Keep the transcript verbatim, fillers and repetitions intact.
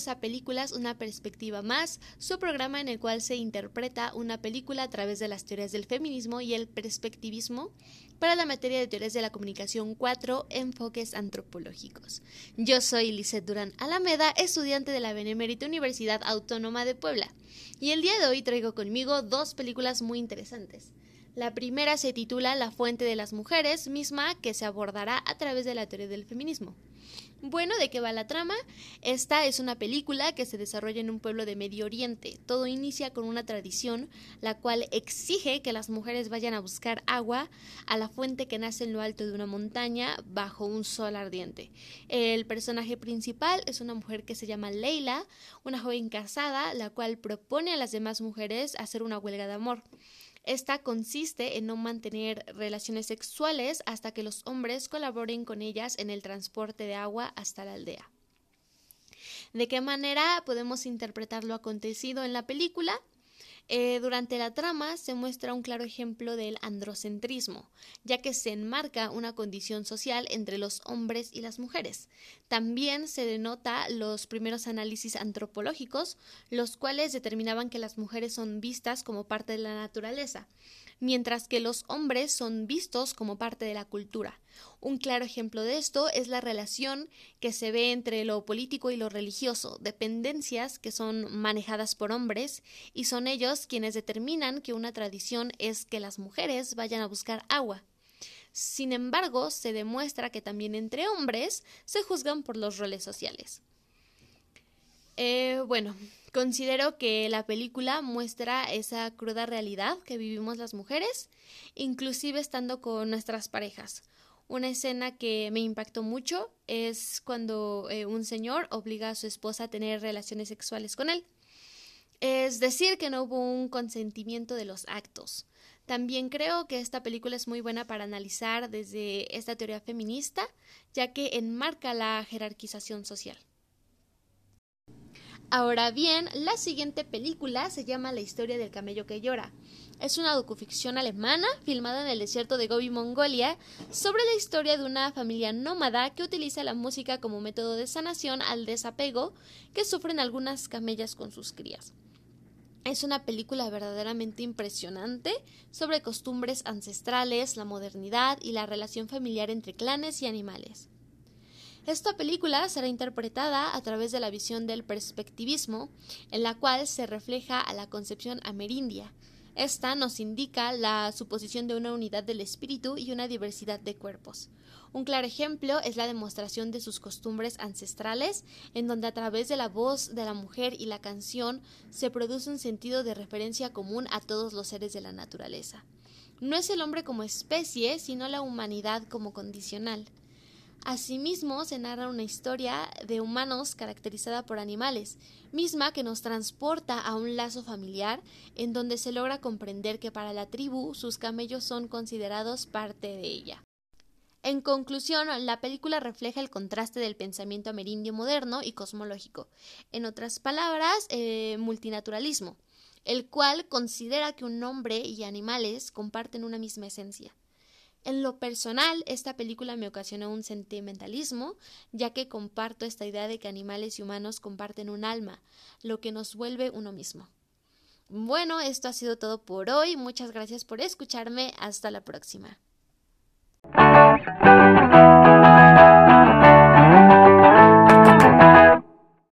bienvenidos a Películas, una perspectiva más, su programa en el cual se interpreta una película a través de las teorías del feminismo y el perspectivismo para la materia de teorías de la comunicación cuatro, enfoques antropológicos. Yo soy Lisette Durán Alameda, estudiante de la Benemérita Universidad Autónoma de Puebla, y el día de hoy traigo conmigo dos películas muy interesantes. La primera se titula La fuente de las mujeres, misma que se abordará a través de la teoría del feminismo. Bueno, ¿de qué va la trama? Esta es una película que se desarrolla en un pueblo de Medio Oriente. Todo inicia con una tradición, la cual exige que las mujeres vayan a buscar agua a la fuente que nace en lo alto de una montaña bajo un sol ardiente. El personaje principal es una mujer que se llama Leila, una joven casada, la cual propone a las demás mujeres hacer una huelga de amor. Esta consiste en no mantener relaciones sexuales hasta que los hombres colaboren con ellas en el transporte de agua hasta la aldea. ¿De qué manera podemos interpretar lo acontecido en la película? Eh, durante la trama se muestra un claro ejemplo del androcentrismo, ya que se enmarca una condición social entre los hombres y las mujeres. También se denota los primeros análisis antropológicos, los cuales determinaban que las mujeres son vistas como parte de la naturaleza, mientras que los hombres son vistos como parte de la cultura. Un claro ejemplo de esto es la relación que se ve entre lo político y lo religioso, dependencias que son manejadas por hombres y son ellos quienes determinan que una tradición es que las mujeres vayan a buscar agua. Sin embargo, se demuestra que también entre hombres se juzgan por los roles sociales. Eh, bueno, considero que la película muestra esa cruda realidad que vivimos las mujeres, inclusive estando con nuestras parejas. Una escena que me impactó mucho es cuando eh, un señor obliga a su esposa a tener relaciones sexuales con él. Es decir, que no hubo un consentimiento de los actos. También creo que esta película es muy buena para analizar desde esta teoría feminista, ya que enmarca la jerarquización social. Ahora bien, la siguiente película se llama La historia del camello que llora. Es una docuficción alemana filmada en el desierto de Gobi, Mongolia, sobre la historia de una familia nómada que utiliza la música como método de sanación al desapego que sufren algunas camellas con sus crías. Es una película verdaderamente impresionante sobre costumbres ancestrales, la modernidad y la relación familiar entre clanes y animales. Esta película será interpretada a través de la visión del perspectivismo, en la cual se refleja a la concepción amerindia. Esta nos indica la suposición de una unidad del espíritu y una diversidad de cuerpos. Un claro ejemplo es la demostración de sus costumbres ancestrales, en donde a través de la voz de la mujer y la canción se produce un sentido de referencia común a todos los seres de la naturaleza. No es el hombre como especie, sino la humanidad como condicional. Asimismo, se narra una historia de humanos caracterizada por animales, misma que nos transporta a un lazo familiar en donde se logra comprender que para la tribu sus camellos son considerados parte de ella. En conclusión, la película refleja el contraste del pensamiento amerindio moderno y cosmológico, en otras palabras, eh, multinaturalismo, el cual considera que un hombre y animales comparten una misma esencia. En lo personal, esta película me ocasionó un sentimentalismo, ya que comparto esta idea de que animales y humanos comparten un alma, lo que nos vuelve uno mismo. Bueno, esto ha sido todo por hoy. Muchas gracias por escucharme. Hasta la próxima.